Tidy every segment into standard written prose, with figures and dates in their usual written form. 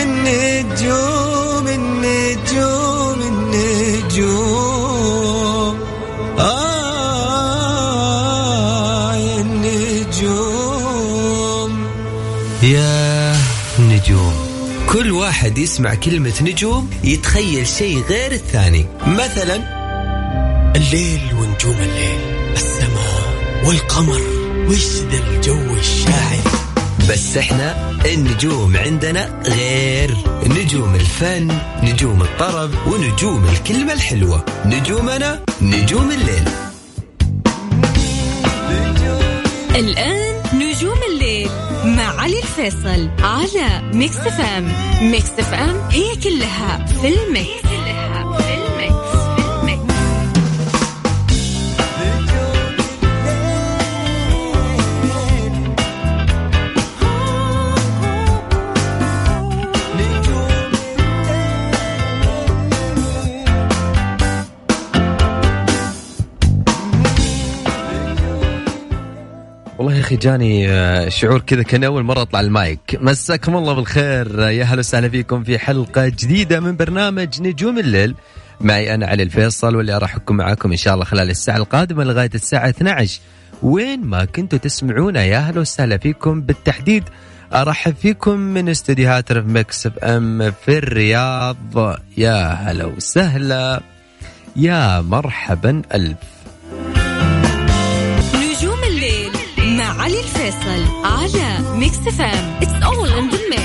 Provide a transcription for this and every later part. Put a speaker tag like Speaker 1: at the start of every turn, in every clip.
Speaker 1: النجوم النجوم النجوم النجوم يا نجوم. كل واحد يسمع كلمة نجوم يتخيل شيء غير الثاني. مثلا الليل ونجوم الليل، السماء والقمر، وش ذا الجو الشاعر. بس احنا النجوم عندنا غير. نجوم الفن، نجوم الطرب، ونجوم الكلمة الحلوة. نجومنا نجوم الليل.
Speaker 2: الآن نجوم الليل مع علي الفيصل على ميكس فام. ميكس فام هي كلها في الميكس.
Speaker 1: والله يا أخي جاني شعور كذا كان أول مرة أطلع المايك. مساكم الله بالخير، يا هلا وسهلا فيكم في حلقة جديدة من برنامج نجوم الليل. معي أنا علي الفيصل، واللي راح أكون معاكم إن شاء الله خلال الساعة القادمة لغاية الساعة 12 وين ما كنتوا تسمعونا. يا هلا وسهلا فيكم، بالتحديد أرحب فيكم من استديوهات ميكس اف ام في الرياض. يا هلا وسهلا، يا مرحبا ألف.
Speaker 2: علي الفيصل على ميكس فام. It's all in the mix.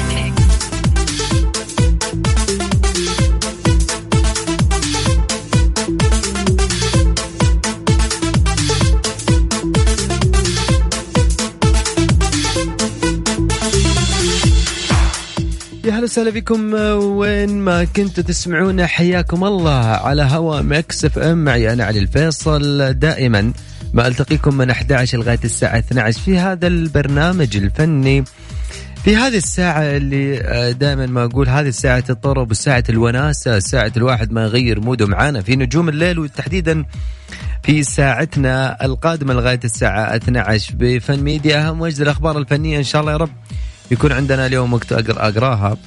Speaker 1: يا هلا وسهلا بكم وين ما كنتوا تسمعونا، حياكم الله على هوا ميكس اف ام. معي أنا علي الفيصل، دائما ما ألتقيكم من 11 لغاية الساعة 12 في هذا البرنامج الفني، في هذه الساعة اللي دائما ما أقول هذه ساعة الطرب وساعة الوناسة، ساعة الواحد ما يغير موده معانا في نجوم الليل، وتحديدا في ساعتنا القادمة لغاية الساعة 12 بفن ميديا. أهم وجد الأخبار الفنية إن شاء الله يا رب يكون عندنا اليوم وقت أقراها،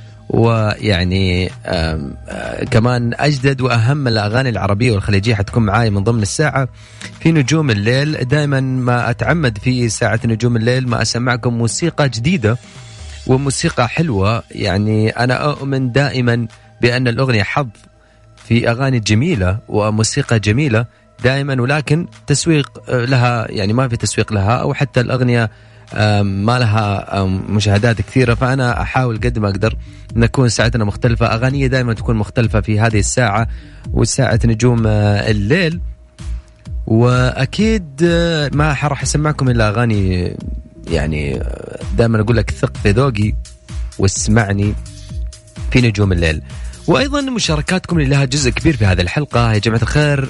Speaker 1: ويعني كمان أجدد وأهم الأغاني العربية والخليجية حتكون معاي من ضمن الساعة في نجوم الليل. دائما ما أتعمد في ساعة نجوم الليل ما أسمعكم موسيقى جديدة وموسيقى حلوة. يعني أنا أؤمن دائما بأن الأغنية حظ في أغاني جميلة وموسيقى جميلة دائما، ولكن تسويق لها يعني ما في تسويق لها، أو حتى الأغنية ما لها مشاهدات كثيرة. فأنا أحاول قد ما أقدر نكون ساعتنا مختلفة، أغانية دائما تكون مختلفة في هذه الساعة وساعة نجوم الليل. وأكيد ما راح أسمعكم إلا أغاني يعني دائما أقول لك ثق في ذوقي واسمعني في نجوم الليل. وأيضا مشاركاتكم اللي لها جزء كبير في هذه الحلقة. يا جماعة الخير،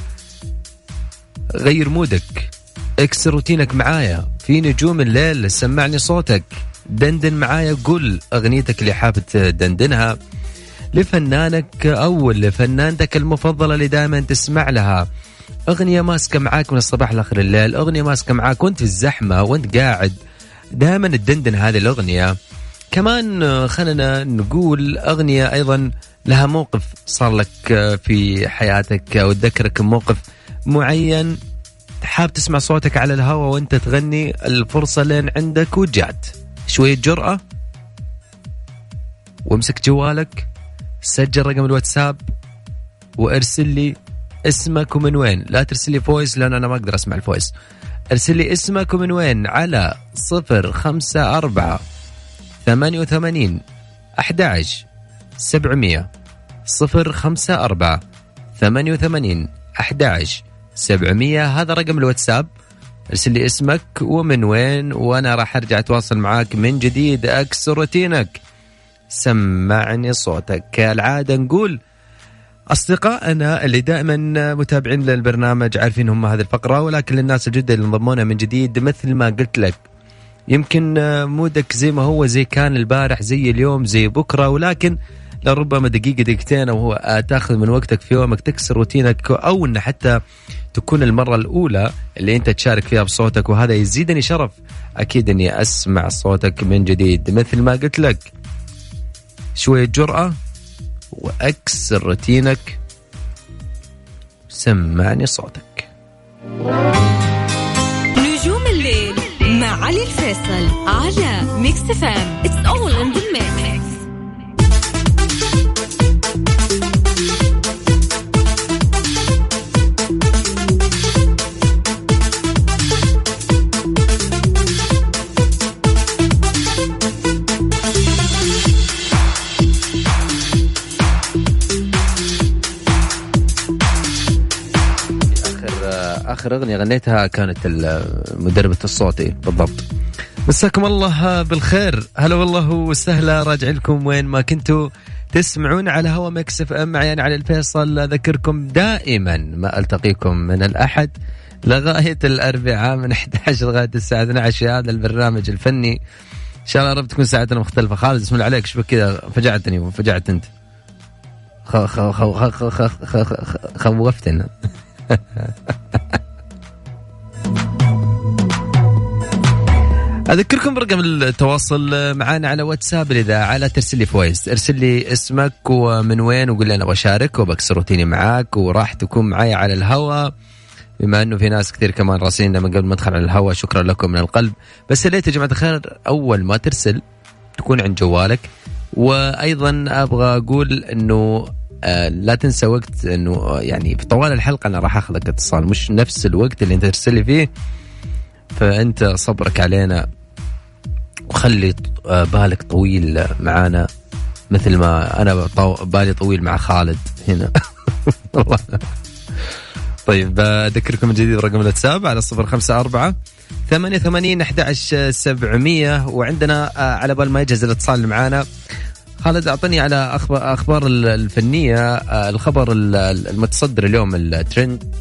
Speaker 1: غير مودك، اكسر روتينك معايا في نجوم الليل، سمعني صوتك، دندن معايا، قول أغنيتك اللي حابب تدندنها لفنانك أو لفنانتك المفضلة اللي دائما تسمع لها. أغنية ماسكة معاك من الصباح لآخر الليل، أغنية ماسكة معاك وانت في الزحمة وانت قاعد، دائما تدندن هذه الأغنية. كمان خلنا نقول أغنية أيضا لها موقف صار لك في حياتك أو تذكرك موقف معين، حاب تسمع صوتك على الهواء وانت تغني، الفرصة لين عندك وجات. شوية جرأة وامسك جوالك، سجل رقم الواتساب وارسل لي اسمك ومن وين. لا ترسل لي فويس لأن أنا ما أقدر أسمع الفويس. ارسل لي اسمك ومن وين على 054 88 11 700 054 88 11 700. هذا رقم الواتساب. ارسل لي اسمك ومن وين وأنا راح أرجع أتواصل معاك من جديد. أكسر روتينك، سمعني صوتك. كالعادة نقول أصدقائنا اللي دائما متابعين للبرنامج عارفين هم هذه الفقرة، ولكن للناس الجديدة اللي انضمونا من جديد، مثل ما قلت لك يمكن مودك زي ما هو، زي كان البارح، زي اليوم، زي بكرة، ولكن لربما دقيقة دقيقتين أو تأخذ من وقتك في يومك تكسر روتينك، أو أن حتى تكون المرة الأولى اللي أنت تشارك فيها بصوتك، وهذا يزيدني شرف أكيد أني أسمع صوتك من جديد. مثل ما قلت لك شوية جرأة وأكسر روتينك، سمعني صوتك.
Speaker 2: نجوم الليل مع علي الفيصل على ميكس فام. It's all in the mix.
Speaker 1: آخر أغنية غنيتها كانت مدربة الصوت بالضبط. مساكم الله بالخير، هلا والله وسهلا، راجع لكم وين ما كنتوا تسمعون على هوا ميكس اف ام. معي أنا علي الفيصل. أذكركم دائما ما ألتقيكم من الأحد لغاية الأربعاء من 11 لغاية الساعة 12 في هذا البرنامج الفني. إن شاء الله رب تكون ساعتنا مختلفة. خالد اسم الله عليك، شبك كذا فجعتني وفجعت أنت، خوفتنا. أذكركم برقم التواصل معنا على واتساب الإذاعة، لا ترسل لي فويس، ارسل لي اسمك ومن وين وقول لي أنا بشارك وبكسر روتيني معاك وراح تكون معايا على الهواء، بما أنه في ناس كثير كمان راسلين من قبل ما أدخل على الهواء. شكرا لكم من القلب. بس ليت يا جماعة الخير أول ما ترسل تكون عند جوالك. وأيضا أبغى أقول أنه لا تنسى وقت أنه يعني في طوال الحلقة أنا راح أخذك اتصال، مش نفس الوقت اللي أنت ترسل لي فيه. فأنت صبرك علينا وخلي بالك طويل معانا مثل ما أنا بالي طويل مع خالد هنا. طيب أذكركم من جديد رقم الواتساب على 054-88-11-700. وعندنا على بال ما يجهز الاتصال معانا خالد، أعطني على أخبار الفنية. الخبر المتصدر اليوم الترند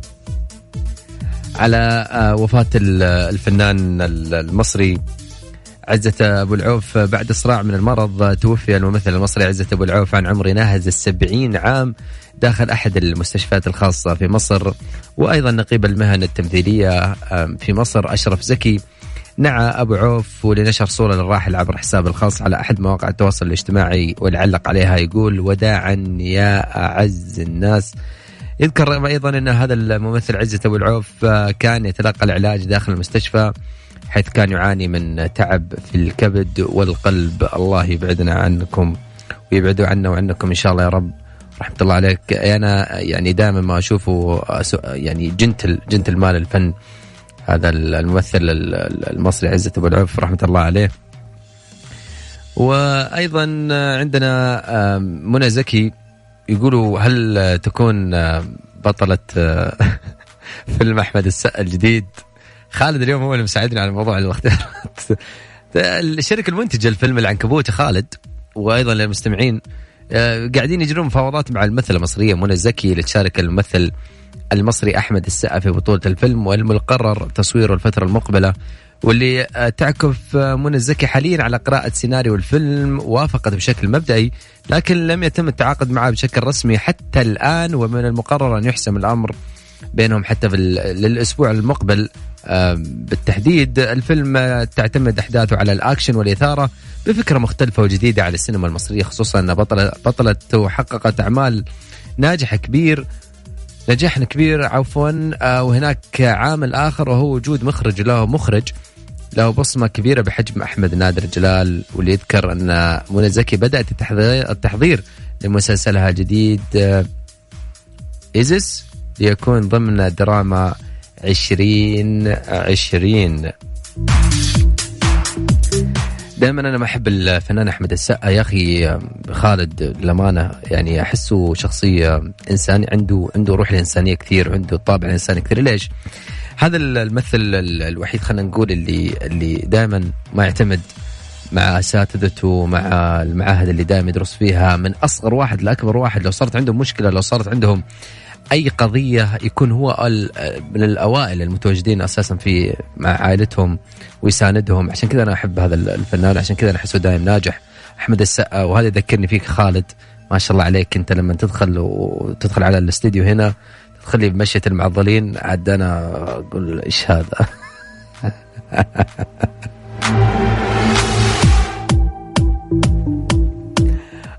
Speaker 1: على وفاة الفنان المصري عزة أبو العوف. بعد صراع من المرض توفي الممثل المصري عزة أبو العوف عن عمر ناهز 70 عام داخل أحد المستشفيات الخاصة في مصر. وأيضا نقيب المهن التمثيلية في مصر أشرف زكي نعى أبو عوف ولنشر صورة للراحل عبر حسابه الخاص على أحد مواقع التواصل الاجتماعي، والعلق عليها يقول: وداعا يا أعز الناس. يذكر أيضا أن هذا الممثل عزة أبو العوف كان يتلقى العلاج داخل المستشفى، حيث كان يعاني من تعب في الكبد والقلب. الله يبعدنا عنكم ويبعدوا عنا وعنكم إن شاء الله يا رب. رحمة الله عليك. أنا يعني دائما ما أشوفه يعني جنتل مال الفن هذا الممثل المصري عزة أبو العوف رحمة الله عليه. وأيضا عندنا منى زكي يقولوا هل تكون بطلة فيلم أحمد السقا الجديد؟ خالد اليوم هو اللي مساعدني على موضوع الاختيارات. الشركة المنتجة الفيلم العنكبوت خالد وأيضا للمستمعين قاعدين يجرون مفاوضات مع الممثلة المصرية منى زكي لتشارك الممثل المصري أحمد السقا في بطولة الفيلم، والمقرر تصويره الفترة المقبلة. واللي تعكف منى زكي حاليا على قراءة سيناريو الفيلم، وافقت بشكل مبدئي لكن لم يتم التعاقد معه بشكل رسمي حتى الآن. ومن المقرر أن يحسم الأمر بينهم حتى للأسبوع المقبل بالتحديد. الفيلم تعتمد أحداثه على الأكشن والإثارة بفكرة مختلفة وجديدة على السينما المصرية، خصوصا أن بطلته حققت أعمال نجاح كبير وهناك عامل آخر وهو وجود مخرج له بصمة كبيرة بحجم أحمد نادر جلال. واللي يذكر أن منى زكي بدأت التحضير لمسلسلها الجديد إيزيس ليكون ضمن دراما 2020. دائما أنا ما أحب الفنان أحمد السقا يا أخي خالد للأمانة، يعني أحسه شخصية إنساني، عنده روح الإنسانية كثير، عنده طابع إنساني كثير. ليش؟ هذا الممثل الوحيد خلينا نقول اللي دائما ما يعتمد مع أساتذته، مع المعاهد اللي دائما يدرس فيها، من أصغر واحد لأكبر واحد. لو صارت عندهم مشكلة، لو صارت عندهم أي قضية، يكون هو من الأوائل المتواجدين أساسا مع عائلتهم ويساندهم. عشان كذا أنا أحب هذا الفنان، عشان كذا أنا أحسه دائم ناجح أحمد السقا. وهذا يذكرني فيك خالد، ما شاء الله عليك، أنت لما تدخل على الاستديو هنا تدخلي بمشية المعضلين، عاد أنا أقول إيش هذا.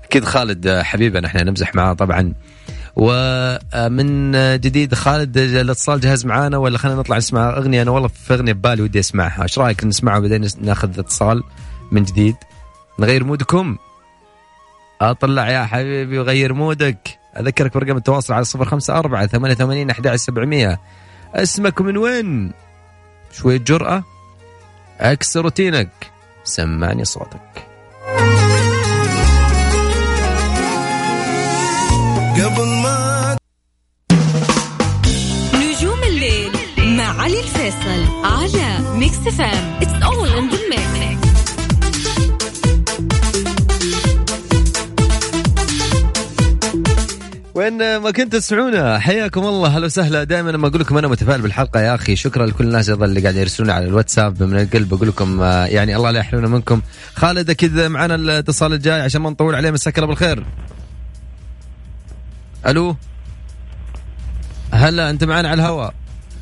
Speaker 1: أكيد خالد حبيبنا احنا نمزح معاه طبعا. ومن جديد خالد الاتصال جاهز معانا ولا خلينا نطلع نسمع أغنية؟ أنا والله في أغنية ببالي ودي أسمعها، إيش رأيك نسمعها وبعدين ناخذ اتصال من جديد نغير مودكم؟ أطلع يا حبيبي وغير مودك. أذكرك برقم التواصل على 0548811700. اسمك من وين؟ شوية جرأة، أكسر روتينك، سمعني صوتك.
Speaker 2: قبل ما نجوم الليل مع علي الفيصل على ميكس فام. It's all in the mix.
Speaker 1: وين ما كنت تسمعونا حياكم الله، هلا وسهلا. دائما لما اقول لكم انا متفائل بالحلقه يا اخي، شكرا لكل الناس ايضا اللي قاعد يرسلونا على الواتساب من القلب. اقول لكم يعني الله لا يحرمنا منكم. خالد اكيد معنا الاتصال الجاي عشان ما نطول عليه، مساك الله بالخير. الو هلا انت معنا على الهواء؟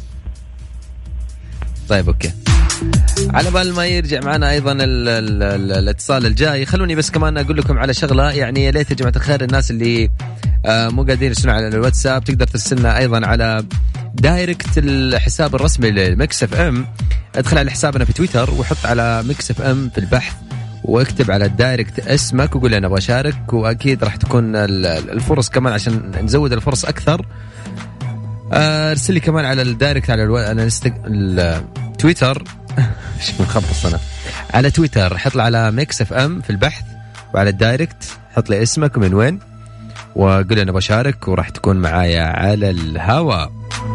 Speaker 1: طيب اوكي، على بال ما يرجع معنا ايضا الاتصال الجاي، خلوني بس كمان اقول لكم على شغله. يعني يا ليت يا جماعه الخير الناس اللي مو قاعدين يرسلون على الواتساب تقدر ترسلنا ايضا على دايركت الحساب الرسمي لميكس اف ام. ادخل على حسابنا في تويتر وحط على ميكس اف ام في البحث واكتب على الدايركت اسمك وقول انا ابغى اشارك، واكيد راح تكون الفرص كمان عشان نزود الفرص اكثر. ارسل لي كمان على الدايركت على التويتر مش مخبص انا، على تويتر حط لي على ميكس اف ام في البحث، وعلى الدايركت حط لي اسمك ومن وين وقول انا بشارك وراح تكون معايا على الهواء.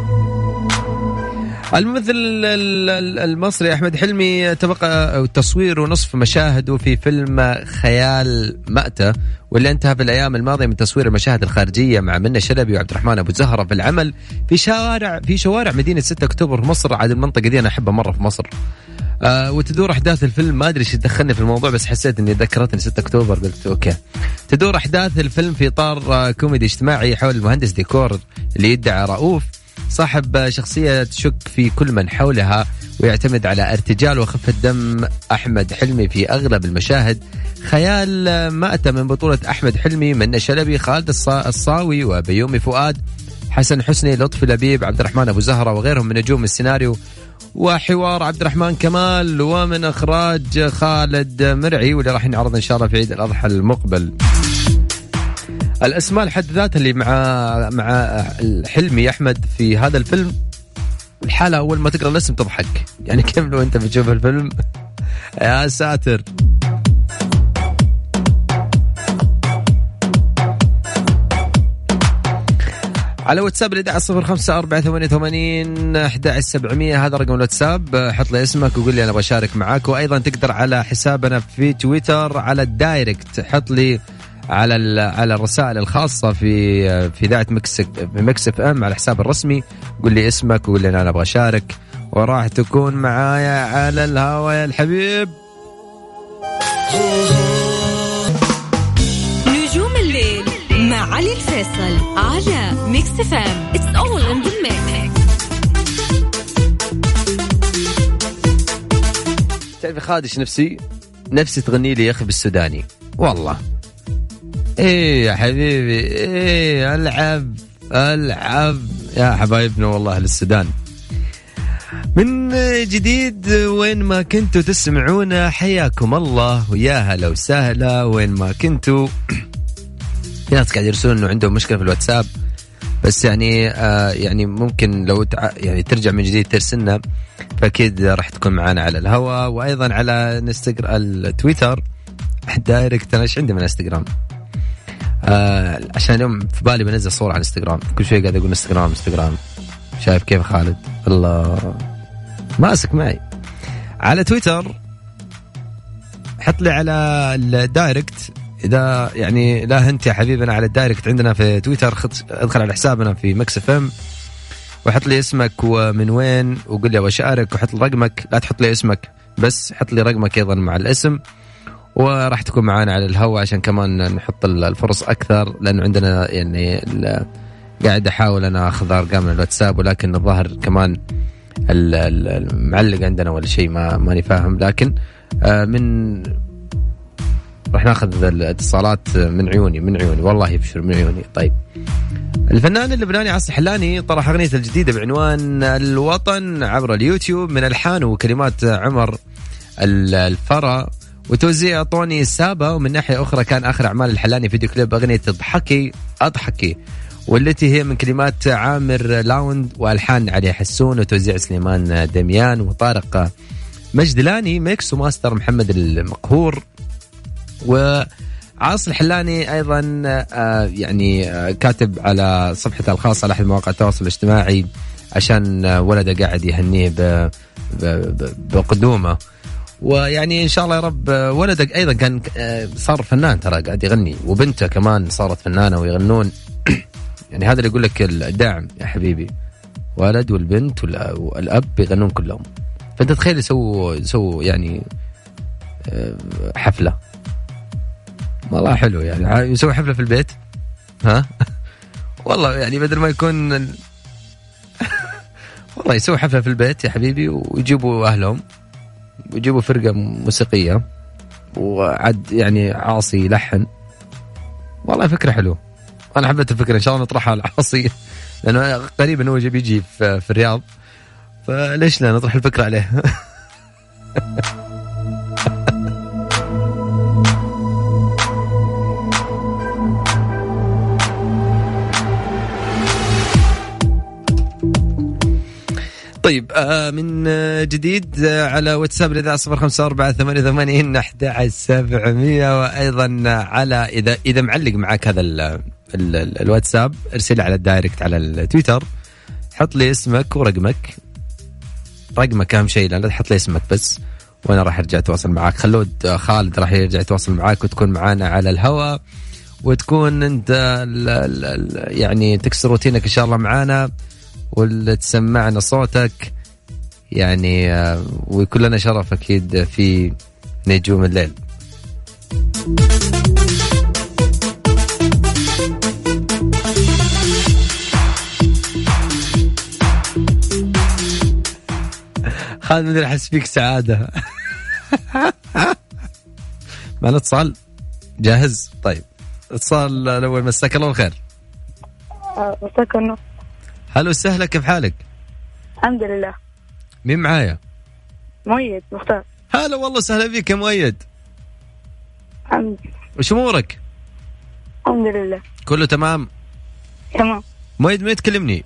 Speaker 1: الممثل المصري أحمد حلمي تبقى تصوير ونصف مشاهده في فيلم خيال مأتة، واللي انتهى في الأيام الماضية من تصوير المشاهد الخارجية مع منة شلبي وعبد الرحمن أبو زهرة في العمل في شوارع مدينة 6 أكتوبر في مصر. عاد المنطقة دي أنا أحبها مرة في مصر. وتدور أحداث الفيلم، ما أدري إيش دخلني في الموضوع بس حسيت إني ذكرتني 6 أكتوبر قلت أوكي. تدور أحداث الفيلم في إطار كوميدي اجتماعي حول المهندس ديكور اللي يدعى رؤوف، صاحب شخصية تشك في كل من حولها ويعتمد على ارتجال وخفة دم أحمد حلمي في أغلب المشاهد. خيال مأتة من بطولة أحمد حلمي، منة شلبي، خالد الصاوي، وبيومي فؤاد، حسن حسني، لطفي لبيب، عبد الرحمن أبو زهرة وغيرهم من نجوم السيناريو، وحوار عبد الرحمن كمال، ومن إخراج خالد مرعي، واللي راح ينعرض إن شاء الله في عيد الأضحى المقبل. الأسماء لحد ذاتها اللي مع الحلمي أحمد في هذا الفيلم، الحالة أول ما تقرأ الاسم تضحك، يعني كيف لو أنت بتشوف الفيلم يا ساتر. على واتساب الإذاعة 0548811700 هذا رقم الواتساب. حط لي اسمك وقول لي أنا بشارك معاك. وأيضا تقدر على حسابنا في تويتر على الدايركت حط لي على الرسائل الخاصة في إذاعة ميكس اف ام على الحساب الرسمي، قول لي اسمك وقول لي أنا أبغى أشارك وراح تكون معايا على الهواء يا الحبيب.
Speaker 2: نجوم الليل مع علي الفيصل على ميكس اف ام. It's all in the mix.
Speaker 1: تعرفي خادش نفسي تغني لي يا أخي بالسوداني والله. ايه يا حبيبي، ايه العب يا حبايبنا والله للسودان. من جديد وين ما كنتوا تسمعونا حياكم الله ويا هلا وسهلا وين ما كنتوا. في ناس قاعد يرسلون انه عندهم مشكلة في الواتساب، بس يعني ممكن لو يعني ترجع من جديد ترسلنا، فاكيد راح تكون معنا على الهواء. وايضا على التويتر دايركت. انا ايش عندي من انستغرام؟ عشان اليوم في بالي بنزل صورة على انستغرام، كل شوي قاعد اقول انستغرام. شايف كيف خالد؟ الله ماسك معي. على تويتر حط لي على الدايركت، اذا يعني لا انت يا حبيبنا على الدايركت عندنا في تويتر ادخل على حسابنا في ميكس اف ام وحط لي اسمك ومن وين وقول لي ابغى اشارك، وحط رقمك، لا تحط لي اسمك بس حط لي رقمك ايضا مع الاسم، وراح تكون معانا على الهواء عشان كمان نحط الفرص أكثر، لأنه عندنا يعني قاعد أحاول أنا أخذ أرقام من الواتساب، ولكن الظاهر كمان المعلق عندنا ولا شيء ماني فاهم. لكن من راح ناخذ الاتصالات من عيوني والله يبشر من عيوني. طيب الفنان اللبناني عاصي الحلاني طرح أغنيته الجديدة بعنوان الوطن عبر اليوتيوب من ألحان وكلمات عمر الفرا وتوزيع طوني السابا. ومن ناحية أخرى كان آخر أعمال الحلاني فيديو كليب أغنية أضحكي والتي هي من كلمات عامر لاوند وألحان علي حسون وتوزيع سليمان دميان وطارق مجدلاني، ميكس وماستر محمد المقهور. وعاصي الحلاني أيضا يعني كاتب على صفحته الخاصة على أحد مواقع التواصل الاجتماعي عشان ولده قاعد يهنيه بقدومه، ويعني إن شاء الله يا رب ولدك أيضا كان صار فنان ترى قاعد يغني، وبنته كمان صارت فنانة ويغنون. يعني هذا اللي يقول لك الدعم يا حبيبي، ولد والبنت والأب يغنون كلهم. فأنت تخيل يسووا يعني حفلة، والله حلو يعني يسوي حفلة في البيت. ها والله يعني بدل ما يكون والله يسوي حفلة في البيت يا حبيبي، ويجيبوا أهلهم ويجيبوا فرقة موسيقية وعد يعني عاصي لحن. والله فكرة حلوة، أنا حبيت الفكرة. إن شاء الله نطرحها على عاصي لأنه قريبا هو بيجي في الرياض، فليش لا نطرح الفكرة عليه. طيب من جديد على واتساب الإذاعة 0548811700 وأيضا على إذا معلق معك هذا الواتساب ارسل على الدايركت على التويتر، حط لي اسمك ورقمك أهم شيء، لا تحط لي اسمك بس وأنا راح أرجع أتواصل معك. خالد راح يرجع يتواصل معك وتكون معانا على الهواء، وتكون أنت يعني تكسر روتينك إن شاء الله معانا ولا تسمعنا صوتك يعني، ويكون لنا شرف أكيد في نجوم الليل. خالد مدري أحس فيك سعادة. معنا اتصال جاهز؟ طيب اتصال الأول. مساك الله الخير.
Speaker 3: مساك النور.
Speaker 1: هلا وسهلا، كيف حالك؟
Speaker 3: الحمد لله.
Speaker 1: مين معايا؟
Speaker 3: مؤيد مختار.
Speaker 1: هلا والله سهلا بك يا مؤيد.
Speaker 3: الحمد.
Speaker 1: وش امورك؟
Speaker 3: الحمد لله
Speaker 1: كله تمام.
Speaker 3: تمام.
Speaker 1: مؤيد من تكلمني؟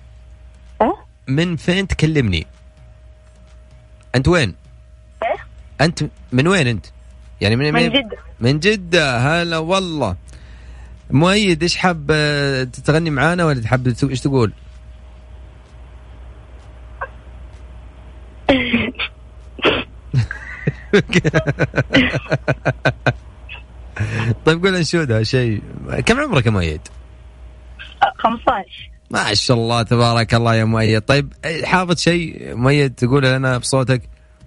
Speaker 1: من فين تكلمني؟ انت وين؟ انت من وين انت؟ يعني من
Speaker 3: جدة.
Speaker 1: من جدة. هلا والله. مؤيد ايش حاب تغني معانا ولا تحب ايش تقول؟ طيب قول انشودها شيء. كم عمرك يا مؤيد؟
Speaker 3: 15.
Speaker 1: ما شاء الله تبارك الله يا مؤيد. طيب حافظ شيء مؤيد تقول لنا بصوتك؟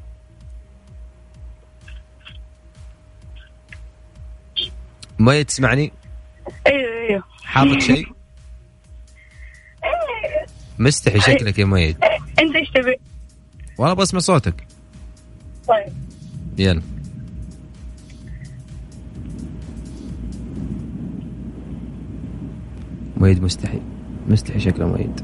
Speaker 1: مؤيد تسمعني؟
Speaker 3: ايوه.
Speaker 1: حافظ شيء؟ مستحي شكلك يا مؤيد.
Speaker 3: انت ايش تبي؟
Speaker 1: والله بسمع صوتك.
Speaker 3: طيب
Speaker 1: يلا. مؤيد مستحي شكله مؤيد.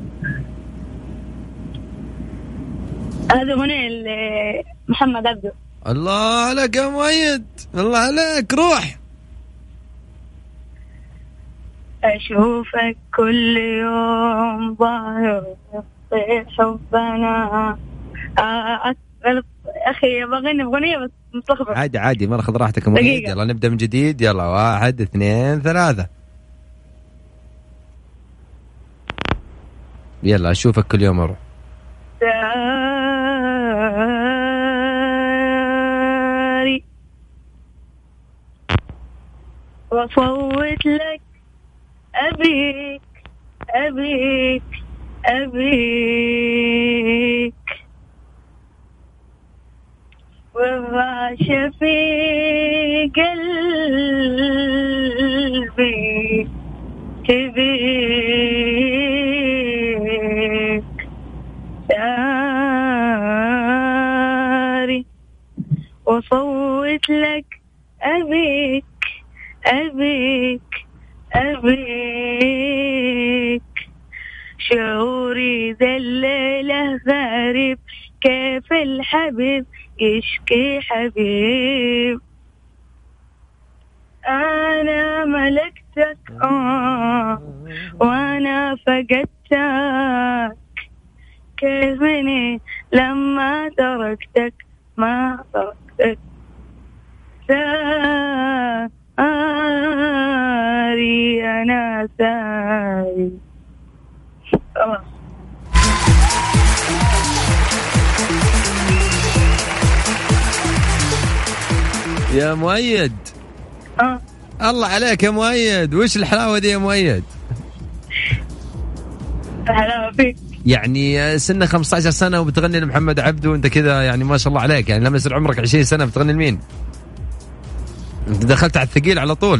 Speaker 3: هذا هنا محمد عبده.
Speaker 1: الله عليك يا مؤيد، الله عليك. روح.
Speaker 3: أشوفك كل يوم ظاهر في حبنا. أخي بغني بغنية بس متلخبط.
Speaker 1: عادي ما ناخذ راحتك يا مؤيد. يلا نبدأ من جديد. يلا 1 2 3. يلا أشوفك كل يوم أروح.
Speaker 3: داري وصوت لك أبيك أبيك أبيك وعاش في قلبي تبيك داري وصوت لك أبيك أبيك أبيك شعوري ذا الليلة غريب كيف الحبيب يشكي حبيب أنا ملكتك وأنا فقدتك كيف مني لما تركتك ما تركتك ساري أنا ساري خلاص.
Speaker 1: يا مؤيد الله عليك يا مؤيد، وش الحلاوة دي يا مؤيد؟
Speaker 3: هلا فيك.
Speaker 1: يعني سنة 15 سنة وبتغني لمحمد عبده وانت كذا، يعني ما شاء الله عليك. يعني لما يصير عمرك 20 سنة بتغني لمين؟ انت دخلت على الثقيل على طول.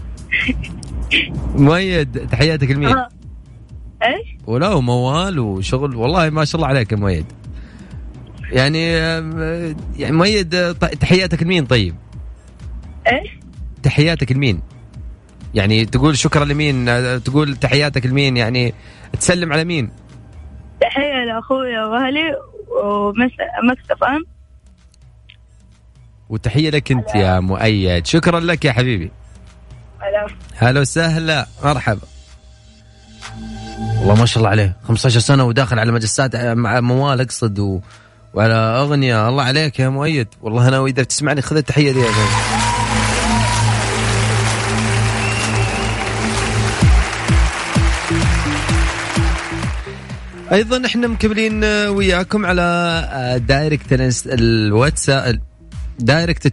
Speaker 1: مؤيد تحياتك لمين؟
Speaker 3: ايش؟
Speaker 1: ولا موال وشغل، والله ما شاء الله عليك يا مؤيد. يعني مؤيد تحياتك لمين طيب؟
Speaker 3: ايش؟
Speaker 1: تحياتك لمين؟ يعني تقول شكرا لمين؟ تقول تحياتك لمين؟ يعني تسلم على مين؟
Speaker 3: تحية لأخويا وأهلي ومكسف أم.
Speaker 1: وتحية لك أنت يا مؤيد. شكرا لك يا حبيبي. هلا وسهلا مرحبا. والله ما شاء الله عليه 15 سنة وداخل على مجسات مع موال أقصد وعلى أغنية. الله عليك يا مؤيد. والله أنا وإذا تسمعني خذ التحية دي يا غير. أيضا إحنا مكملين وياكم على دايركت الواتساب، دايركت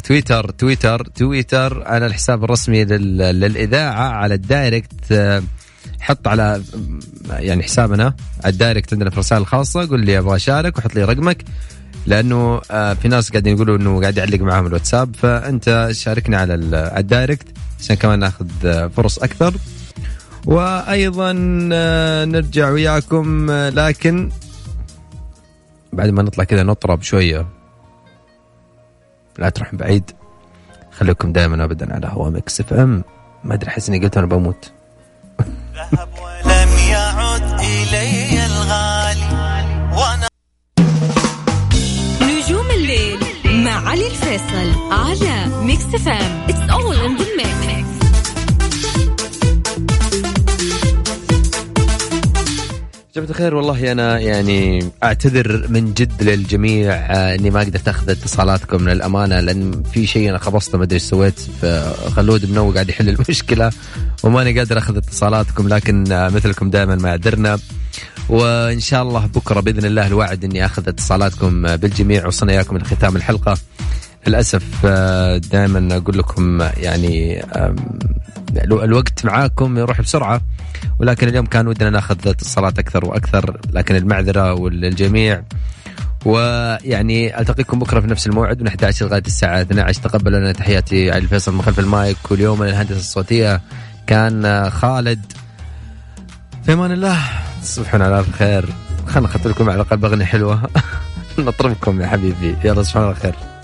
Speaker 1: تويتر على الحساب الرسمي للإذاعة على الدايركت. حط على يعني حسابنا على الدايركت عندنا في رسائل خاصة، قل لي أبغى أشارك وحط لي رقمك، لأنه في ناس قاعدين يقولوا إنه قاعد يعلق معهم الواتساب، فأنت شاركنا على الدايركت عشان كمان ناخذ فرص أكثر. وأيضا نرجع وياكم، لكن بعد ما نطلع كذا نطرب شوية، لا تروح بعيد، خليكم دائما أبدا على هوا ميكس اف ام. ما أدري حسني قلت أنا بموت.
Speaker 4: ذهب ولم يعد إلي الغالي وأنا
Speaker 2: نجوم الليل مع علي الفيصل على ميكس اف ام. It's all in the mix.
Speaker 1: جبت خير. والله أنا يعني أعتذر من جد للجميع أني ما قدرت أخذ اتصالاتكم من الأمانة، لأن في شيء أنا خبصته ما أدري إيش سويت، فخلود منو قاعد يحل المشكلة وماني قادر أخذ اتصالاتكم، لكن مثلكم دائما ما عذرنا. وإن شاء الله بكرة بإذن الله الوعد أني أخذ اتصالاتكم بالجميع. وصلنا إياكم لختام الحلقة. للأسف دائما أقول لكم يعني الوقت معاكم يروح بسرعة، ولكن اليوم كان ودنا ناخذ اتصالات أكثر وأكثر، لكن المعذرة والجميع. ويعني ألتقيكم بكرة في نفس الموعد من 11 لغاية الساعة 12. تقبلوا لنا تحياتي علي الفيصل من خلف المايك، واليوم الهندسة الصوتية كان خالد. في أمان الله، تصبحون على خير. خلنا نخطر لكم على الأقل بأغنية حلوة نطربكم يا حبيبي. يلا تصبحون على خير.